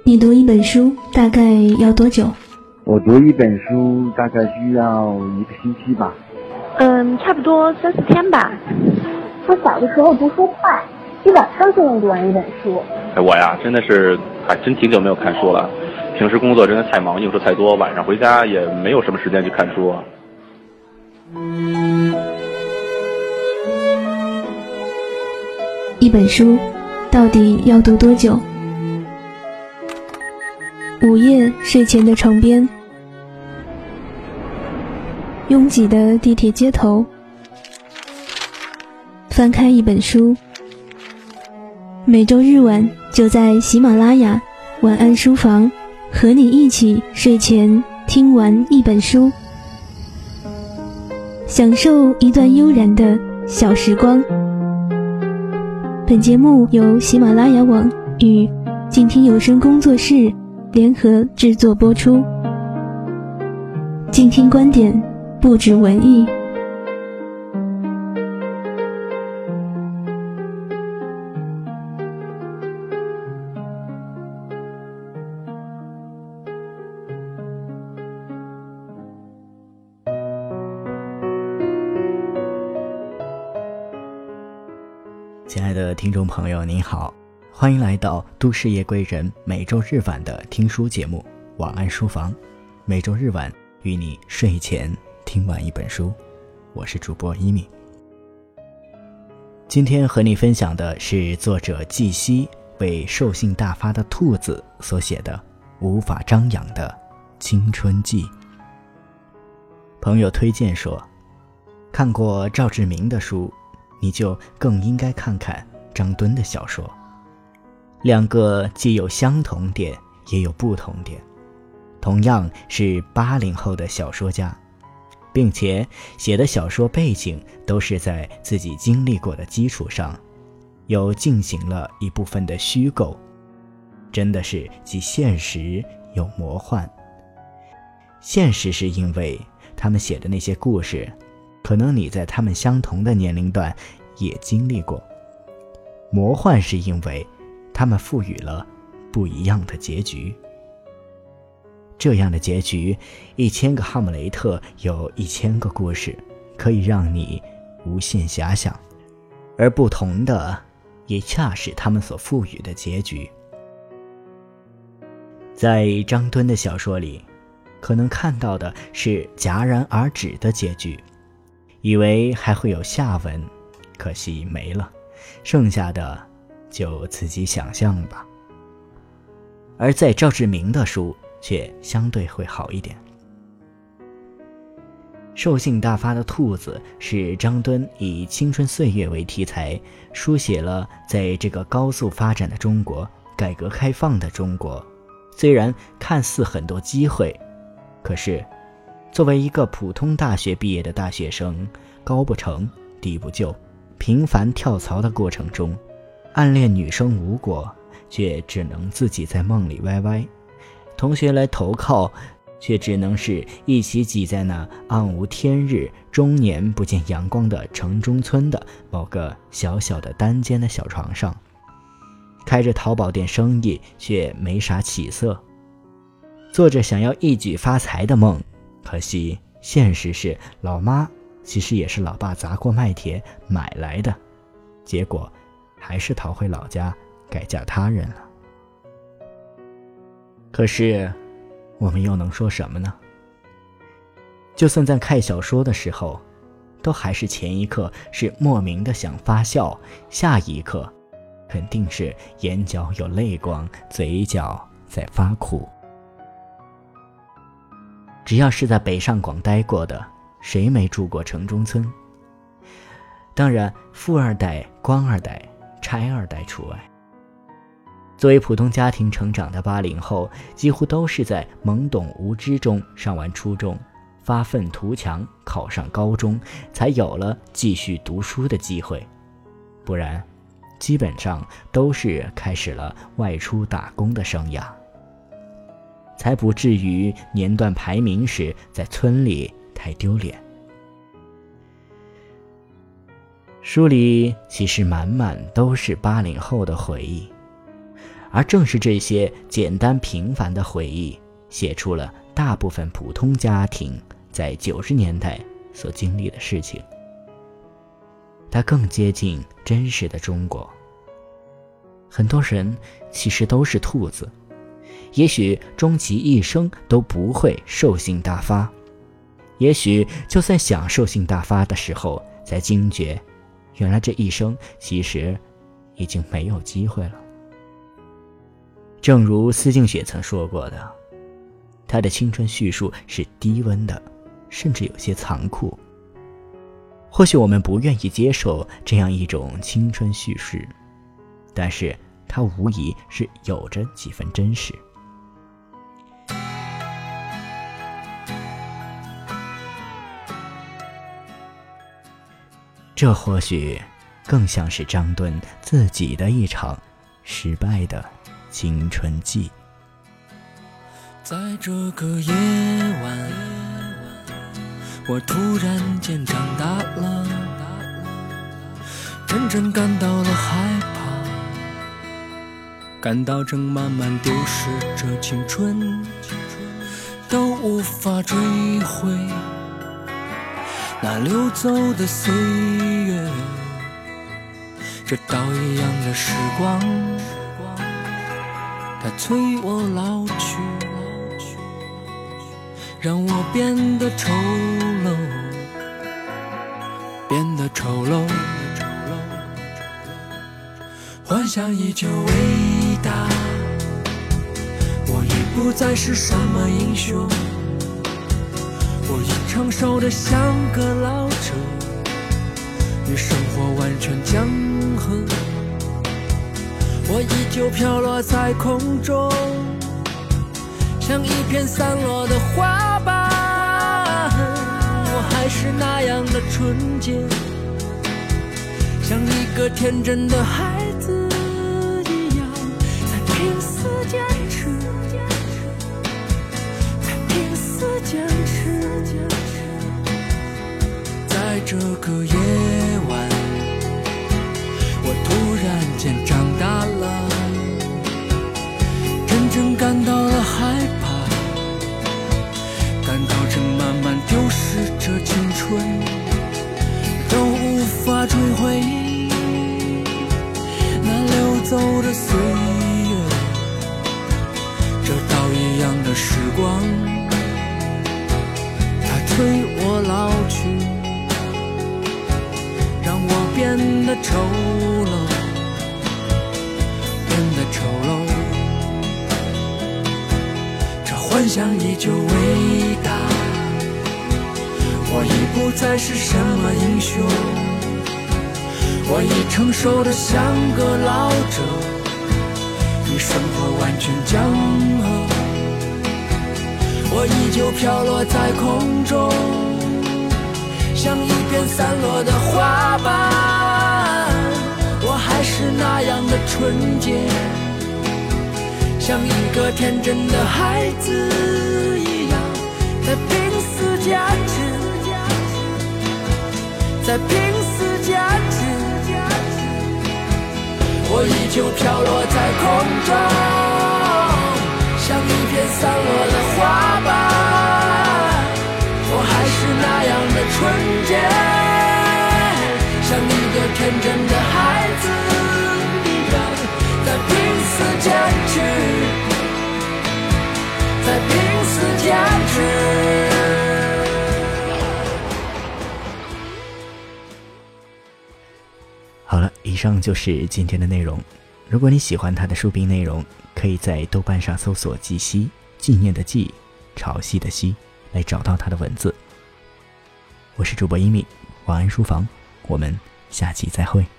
你读一本书大概要多久？ 我读一本书大概需要1个星期吧。 差不多3、4天吧。 我小的时候读书快，1晚上就能读完一本书。 我呀，真的是还真挺久没有看书了。平时工作真的太忙，应酬太多，晚上回家也没有什么时间去看书啊。 一本书到底要读多久？午夜睡前的床边，拥挤的地铁街头，翻开一本书。每周日晚就在喜马拉雅晚安书房，和你一起睡前听完一本书，享受一段悠然的小时光。本节目由喜马拉雅网与静听有声工作室联合制作播出。静听观点，不止文艺。 亲爱的听众朋友您好，欢迎来到都市夜归人每周日晚的听书节目晚安书房，每周日晚与你睡前听完一本书，我是主播一米。今天和你分享的是作者季希为兽性大发的兔子所写的无法张扬的青春记。朋友推荐说，看过赵志明的书，你就更应该看看张敦的小说，两个既有相同点也有不同点，同样是80后的小说家，并且写的小说背景都是在自己经历过的基础上，又进行了一部分的虚构，真的是既现实又魔幻。现实是因为他们写的那些故事，可能你在他们相同的年龄段也经历过。魔幻是因为他们赋予了不一样的结局。这样的结局，1000个哈姆雷特有1000个故事，可以让你无限遐想，而不同的也恰是他们所赋予的结局。在张敦的小说里，可能看到的是戛然而止的结局，以为还会有下文，可惜没了，剩下的就自己想象吧。而在赵志明的书却相对会好一点。兽性大发的兔子是张敦以青春岁月为题材，书写了在这个高速发展的中国，改革开放的中国，虽然看似很多机会，可是作为一个普通大学毕业的大学生，高不成低不就，频繁跳槽的过程中，暗恋女生无果，却只能自己在梦里歪歪，同学来投靠，却只能是一起挤在那暗无天日、终年不见阳光的城中村的某个小小的单间的小床上，开着淘宝店生意却没啥起色，做着想要一举发财的梦，可惜现实是老妈其实也是老爸砸锅卖铁买来的，结果还是逃回老家改嫁他人了。可是我们又能说什么呢？就算在看小说的时候，都还是前一刻是莫名的想发笑，下一刻肯定是眼角有泪光，嘴角在发苦。只要是在北上广待过的，谁没住过城中村？当然富二代、官二代、拆二代除外。作为普通家庭成长的80后，几乎都是在懵懂无知中上完初中，发愤图强，考上高中，才有了继续读书的机会，不然基本上都是开始了外出打工的生涯，才不至于年段排名时在村里太丢脸。书里其实满满都是80后的回忆， 而正是这些简单平凡的回忆，写出了大部分普通家庭在90年代所经历的事情。它更接近真实的中国。很多人其实都是兔子，也许终其一生都不会兽性大发，也许就算想兽性大发的时候，才惊觉原来这一生其实已经没有机会了。正如司静雪曾说过的，她的青春叙述是低温的，甚至有些残酷。或许我们不愿意接受这样一种青春叙事，但是它无疑是有着几分真实。这或许更像是张敦自己的一场失败的青春记。 在这个夜晚，我突然间长大了，真正感到了害怕，感到正慢慢丢失着青春，都无法追回那流走的岁月，这刀一样的时光，它催我老去，让我变得丑陋，变得丑陋。幻想依旧伟大，我已不再是什么英雄，我已成熟得像个老者，与生活完全僵合。我依旧飘落在空中，像一片散落的花瓣，我还是那样的纯洁，像一个天真的孩子一样，在拼死坚持，在拼死坚持。在这个夜晚，我突然间长大了，真正感到了害怕，感到正慢慢丢失着青春，都无法追回那流走的岁月，这刀一样的时光，它催我老去，让我变得丑陋，变得丑陋。这幻想依旧伟大，我已不再是什么英雄，我已成熟得像个老者，与生活完全僵合。我依旧飘落在空中，像一片散落的花瓣，我还是那样的纯洁，像一个天真的孩子一样，在拼死坚持，在拼死坚持。我依旧飘落在空中，像一片散落的花瓣，我还是那样的纯洁，像一个天真的孩子一样，在拼死坚持，在拼死坚持。 好了，以上就是今天的内容。如果你喜欢他的书评内容，可以在豆瓣上搜索季夕，纪念的纪，潮汐的汐，来找到他的文字。我是主播一米，晚安书房，我们下期再会。